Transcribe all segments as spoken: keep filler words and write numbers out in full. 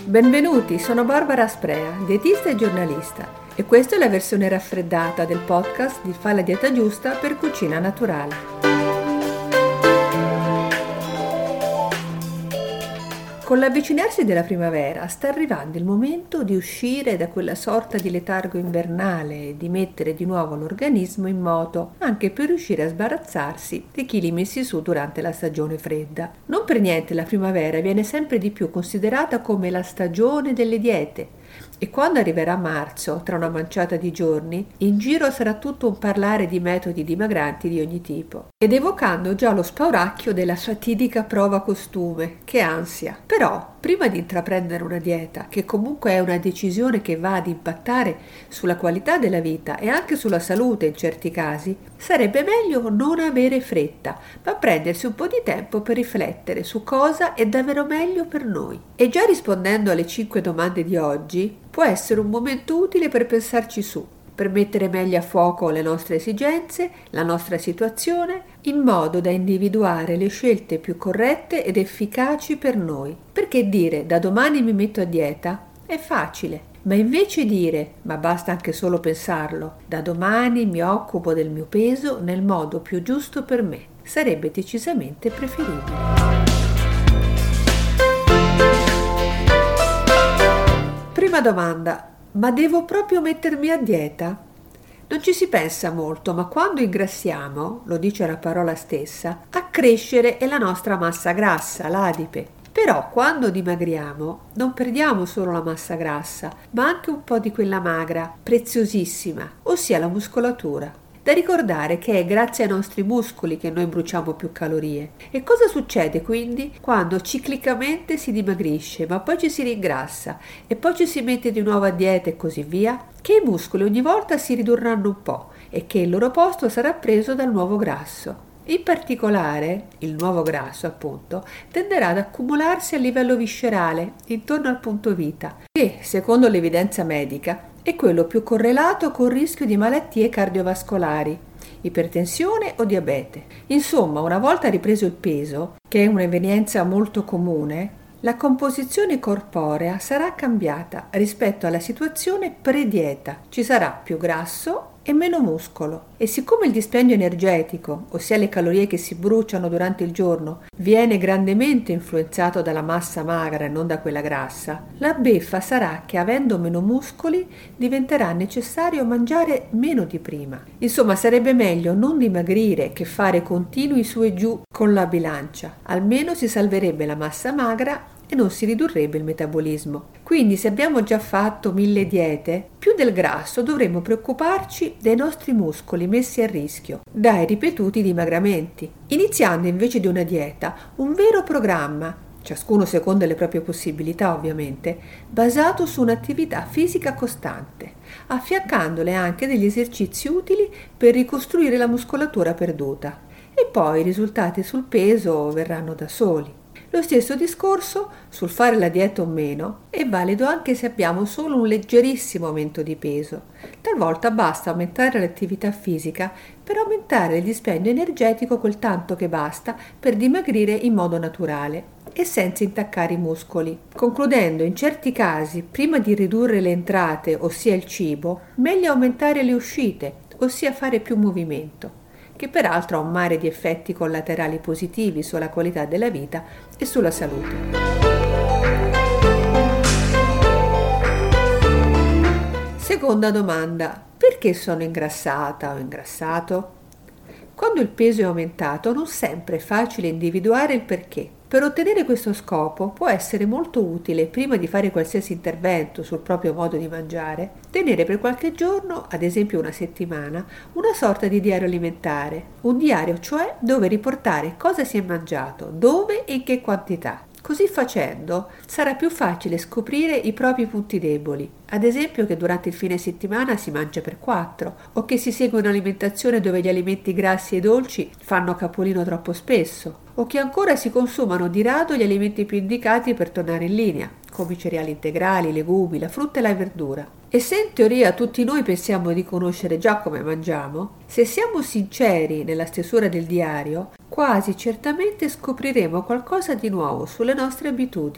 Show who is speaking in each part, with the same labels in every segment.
Speaker 1: Benvenuti, sono Barbara Sprea, dietista e giornalista, e questa è la versione raffreddata del podcast di Fa la dieta giusta per cucina naturale. Con l'avvicinarsi della primavera sta arrivando il momento di uscire da quella sorta di letargo invernale e di mettere di nuovo l'organismo in moto, anche per riuscire a sbarazzarsi dei chili messi su durante la stagione fredda. Non per niente la primavera viene sempre di più considerata come la stagione delle diete, e quando arriverà marzo, tra una manciata di giorni, in giro sarà tutto un parlare di metodi dimagranti di ogni tipo, ed evocando già lo spauracchio della fatidica prova costume. Che ansia! Però, prima di intraprendere una dieta, che comunque è una decisione che va ad impattare sulla qualità della vita e anche sulla salute in certi casi, sarebbe meglio non avere fretta, ma prendersi un po' di tempo per riflettere su cosa è davvero meglio per noi. E già rispondendo alle cinque domande di oggi, può essere un momento utile per pensarci su, per mettere meglio a fuoco le nostre esigenze, la nostra situazione, in modo da individuare le scelte più corrette ed efficaci per noi. Perché dire da domani mi metto a dieta è facile, ma invece dire, ma basta anche solo pensarlo, da domani mi occupo del mio peso nel modo più giusto per me, sarebbe decisamente preferibile. Prima domanda, ma devo proprio mettermi a dieta? Non ci si pensa molto, ma quando ingrassiamo, lo dice la parola stessa, a crescere è la nostra massa grassa, l'adipe. Però quando dimagriamo non perdiamo solo la massa grassa, ma anche un po' di quella magra, preziosissima, ossia la muscolatura. Da ricordare che è grazie ai nostri muscoli che noi bruciamo più calorie. E cosa succede quindi quando ciclicamente si dimagrisce, ma poi ci si ringrassa e poi ci si mette di nuovo a dieta e così via? Che i muscoli ogni volta si ridurranno un po' e che il loro posto sarà preso dal nuovo grasso. In particolare, il nuovo grasso, appunto, tenderà ad accumularsi a livello viscerale, intorno al punto vita, che, secondo l'evidenza medica, è quello più correlato col rischio di malattie cardiovascolari, ipertensione o diabete. Insomma, una volta ripreso il peso, che è un'evenienza molto comune, la composizione corporea sarà cambiata rispetto alla situazione pre-dieta. Ci sarà più grasso e meno muscolo, e siccome il dispendio energetico, ossia le calorie che si bruciano durante il giorno, viene grandemente influenzato dalla massa magra e non da quella grassa, la beffa sarà che avendo meno muscoli diventerà necessario mangiare meno di prima. Insomma, sarebbe meglio non dimagrire che fare continui su e giù con la bilancia, almeno si salverebbe la massa magra e non si ridurrebbe il metabolismo. Quindi se abbiamo già fatto mille diete, più del grasso dovremmo preoccuparci dei nostri muscoli messi a rischio dai ripetuti dimagramenti, iniziando invece di una dieta un vero programma, ciascuno secondo le proprie possibilità ovviamente, basato su un'attività fisica costante, affiancandole anche degli esercizi utili per ricostruire la muscolatura perduta. E poi i risultati sul peso verranno da soli. Lo stesso discorso sul fare la dieta o meno è valido anche se abbiamo solo un leggerissimo aumento di peso. Talvolta basta aumentare l'attività fisica per aumentare il dispendio energetico quel tanto che basta per dimagrire in modo naturale e senza intaccare i muscoli. Concludendo, in certi casi, prima di ridurre le entrate, ossia il cibo, meglio aumentare le uscite, ossia fare più movimento, che peraltro ha un mare di effetti collaterali positivi sulla qualità della vita e sulla salute. Seconda domanda: perché sono ingrassata o ingrassato? Quando il peso è aumentato non sempre è facile individuare il perché. Per ottenere questo scopo può essere molto utile, prima di fare qualsiasi intervento sul proprio modo di mangiare, tenere per qualche giorno, ad esempio una settimana, una sorta di diario alimentare, un diario cioè dove riportare cosa si è mangiato, dove e in che quantità. Così facendo sarà più facile scoprire i propri punti deboli, ad esempio che durante il fine settimana si mangia per quattro, o che si segue un'alimentazione dove gli alimenti grassi e dolci fanno capolino troppo spesso, o che ancora si consumano di rado gli alimenti più indicati per tornare in linea, come i cereali integrali, i legumi, la frutta e la verdura. E se in teoria tutti noi pensiamo di conoscere già come mangiamo, se siamo sinceri nella stesura del diario, quasi certamente scopriremo qualcosa di nuovo sulle nostre abitudini.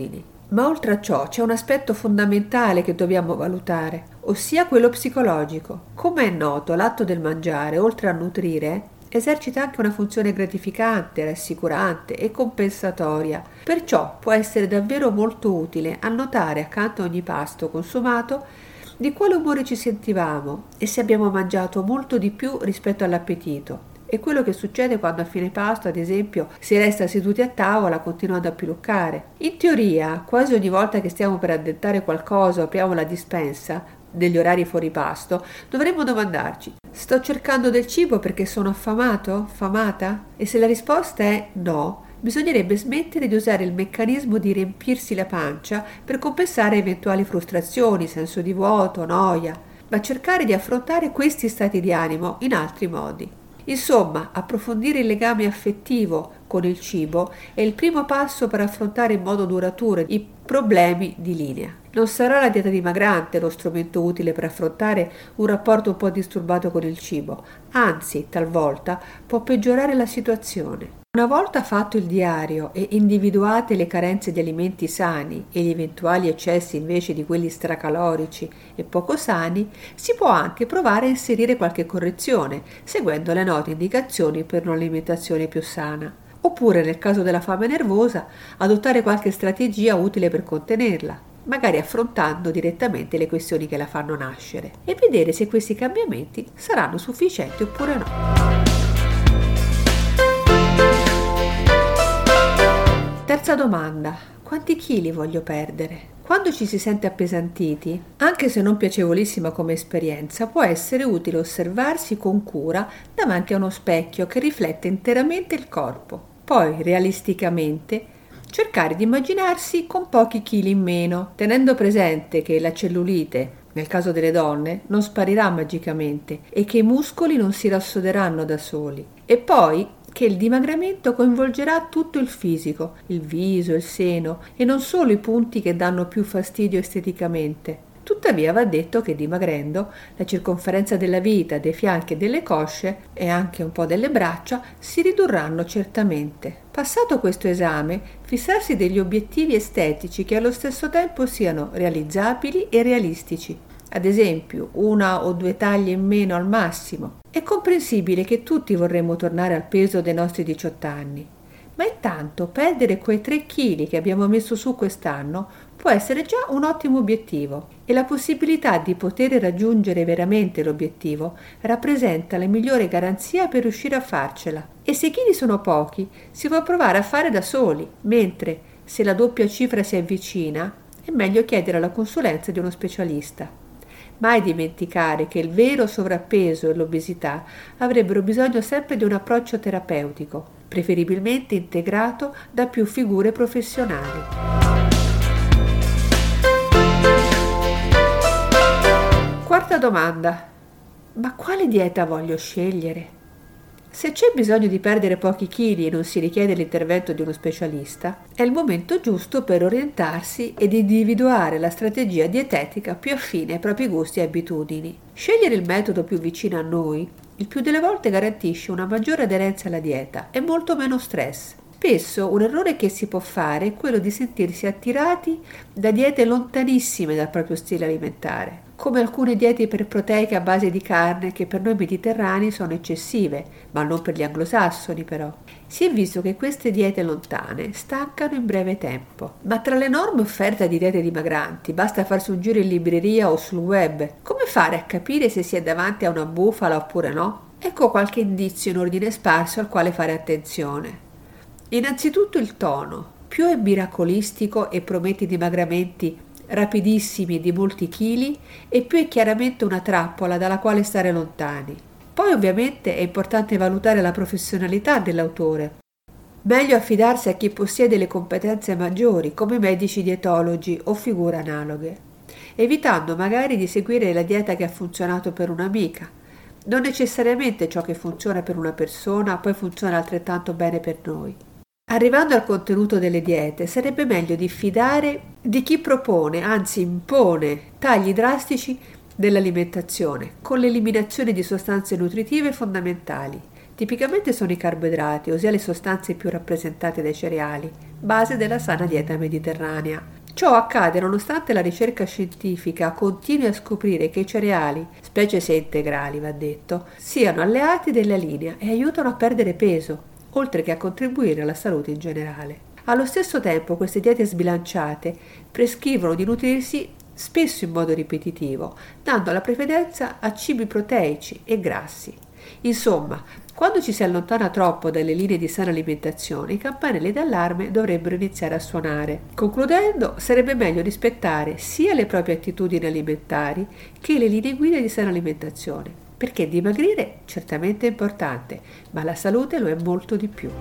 Speaker 1: Ma oltre a ciò c'è un aspetto fondamentale che dobbiamo valutare, ossia quello psicologico. Come è noto, l'atto del mangiare, oltre a nutrire, esercita anche una funzione gratificante, rassicurante e compensatoria. Perciò può essere davvero molto utile annotare accanto a ogni pasto consumato di quale umore ci sentivamo e se abbiamo mangiato molto di più rispetto all'appetito. È quello che succede quando a fine pasto, ad esempio, si resta seduti a tavola continuando a piluccare. In teoria, quasi ogni volta che stiamo per addentare qualcosa o apriamo la dispensa, degli orari fuori pasto, dovremmo domandarci: sto cercando del cibo perché sono affamato? Affamata? E se la risposta è no, bisognerebbe smettere di usare il meccanismo di riempirsi la pancia per compensare eventuali frustrazioni, senso di vuoto, noia, ma cercare di affrontare questi stati di animo in altri modi. Insomma, approfondire il legame affettivo con il cibo è il primo passo per affrontare in modo duraturo i problemi di linea. Non sarà la dieta dimagrante lo strumento utile per affrontare un rapporto un po' disturbato con il cibo, anzi, talvolta può peggiorare la situazione. Una volta fatto il diario e individuate le carenze di alimenti sani e gli eventuali eccessi invece di quelli stracalorici e poco sani, si può anche provare a inserire qualche correzione, seguendo le note indicazioni per un'alimentazione più sana. Oppure, nel caso della fame nervosa, adottare qualche strategia utile per contenerla, magari affrontando direttamente le questioni che la fanno nascere, e vedere se questi cambiamenti saranno sufficienti oppure no. Terza domanda: quanti chili voglio perdere? Quando ci si sente appesantiti, anche se non piacevolissima come esperienza, può essere utile osservarsi con cura davanti a uno specchio che riflette interamente il corpo. Poi, realisticamente, cercare di immaginarsi con pochi chili in meno, tenendo presente che la cellulite, nel caso delle donne, non sparirà magicamente e che i muscoli non si rassoderanno da soli. E poi che il dimagramento coinvolgerà tutto il fisico, il viso, il seno e non solo i punti che danno più fastidio esteticamente. Tuttavia va detto che dimagrendo la circonferenza della vita, dei fianchi e delle cosce e anche un po' delle braccia si ridurranno certamente. Passato questo esame, fissarsi degli obiettivi estetici che allo stesso tempo siano realizzabili e realistici. Ad esempio, una o due taglie in meno al massimo. È comprensibile che tutti vorremmo tornare al peso dei nostri diciotto anni, ma intanto perdere quei tre chili che abbiamo messo su quest'anno può essere già un ottimo obiettivo e la possibilità di poter raggiungere veramente l'obiettivo rappresenta la migliore garanzia per riuscire a farcela. E se i chili sono pochi, si può provare a fare da soli, mentre se la doppia cifra si avvicina, è meglio chiedere la consulenza di uno specialista. Mai dimenticare che il vero sovrappeso e l'obesità avrebbero bisogno sempre di un approccio terapeutico, preferibilmente integrato da più figure professionali. Quarta domanda: ma quale dieta voglio scegliere? Se c'è bisogno di perdere pochi chili e non si richiede l'intervento di uno specialista, è il momento giusto per orientarsi ed individuare la strategia dietetica più affine ai propri gusti e abitudini. Scegliere il metodo più vicino a noi, il più delle volte garantisce una maggiore aderenza alla dieta e molto meno stress. Spesso un errore che si può fare è quello di sentirsi attirati da diete lontanissime dal proprio stile alimentare, come alcune diete iperproteiche a base di carne che per noi mediterranei sono eccessive, ma non per gli anglosassoni però. Si è visto che queste diete lontane stancano in breve tempo. Ma tra l'enorme offerta di diete dimagranti, basta farsi un giro in libreria o sul web, come fare a capire se si è davanti a una bufala oppure no? Ecco qualche indizio in ordine sparso al quale fare attenzione. Innanzitutto il tono. Più è miracolistico e promette dimagramenti rapidissimi di molti chili e più è chiaramente una trappola dalla quale stare lontani. Poi ovviamente è importante valutare la professionalità dell'autore. Meglio affidarsi a chi possiede le competenze maggiori come medici dietologi o figure analoghe, evitando magari di seguire la dieta che ha funzionato per un'amica. Non necessariamente ciò che funziona per una persona poi funziona altrettanto bene per noi. Arrivando al contenuto delle diete, sarebbe meglio diffidare di chi propone, anzi impone, tagli drastici dell'alimentazione, con l'eliminazione di sostanze nutritive fondamentali. Tipicamente sono i carboidrati, ossia le sostanze più rappresentate dai cereali, base della sana dieta mediterranea. Ciò accade nonostante la ricerca scientifica continui a scoprire che i cereali, specie se integrali va detto, siano alleati della linea e aiutano a perdere peso, oltre che a contribuire alla salute in generale. Allo stesso tempo queste diete sbilanciate prescrivono di nutrirsi spesso in modo ripetitivo, dando la preferenza a cibi proteici e grassi. Insomma, quando ci si allontana troppo dalle linee di sana alimentazione, i campanelli d'allarme dovrebbero iniziare a suonare. Concludendo, sarebbe meglio rispettare sia le proprie attitudini alimentari che le linee guida di sana alimentazione, perché dimagrire certamente è importante, ma la salute lo è molto di più.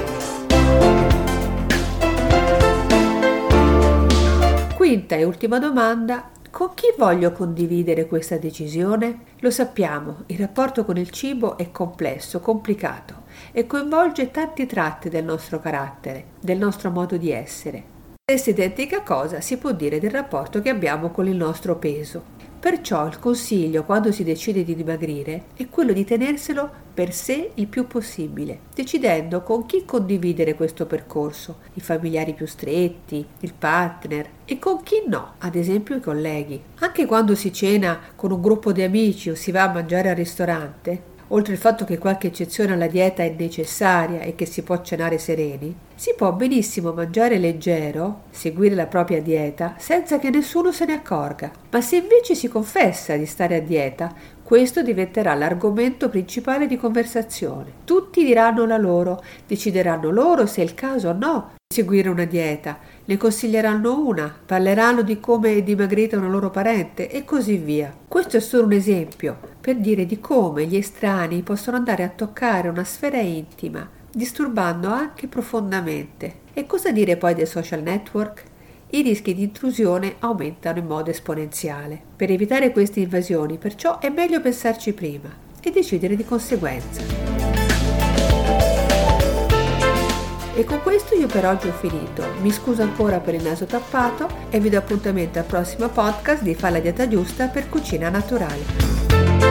Speaker 1: Quinta e ultima domanda: con chi voglio condividere questa decisione? Lo sappiamo, il rapporto con il cibo è complesso, complicato e coinvolge tanti tratti del nostro carattere, del nostro modo di essere. Stessa identica cosa si può dire del rapporto che abbiamo con il nostro peso. Perciò il consiglio quando si decide di dimagrire è quello di tenerselo per sé il più possibile, decidendo con chi condividere questo percorso, i familiari più stretti, il partner e con chi no, ad esempio i colleghi. Anche quando si cena con un gruppo di amici o si va a mangiare al ristorante, oltre il fatto che qualche eccezione alla dieta è necessaria e che si può cenare sereni, si può benissimo mangiare leggero, seguire la propria dieta, senza che nessuno se ne accorga. Ma se invece si confessa di stare a dieta, questo diventerà l'argomento principale di conversazione. Tutti diranno la loro, decideranno loro se è il caso o no di seguire una dieta, ne consiglieranno una, parleranno di come è dimagrita una loro parente e così via. Questo è solo un esempio per dire di come gli estranei possono andare a toccare una sfera intima, disturbando anche profondamente. E cosa dire poi dei social network? I rischi di intrusione aumentano in modo esponenziale. Per evitare queste invasioni, perciò, è meglio pensarci prima e decidere di conseguenza. E con questo io per oggi ho finito. Mi scuso ancora per il naso tappato e vi do appuntamento al prossimo podcast di Fa la dieta giusta per cucina naturale.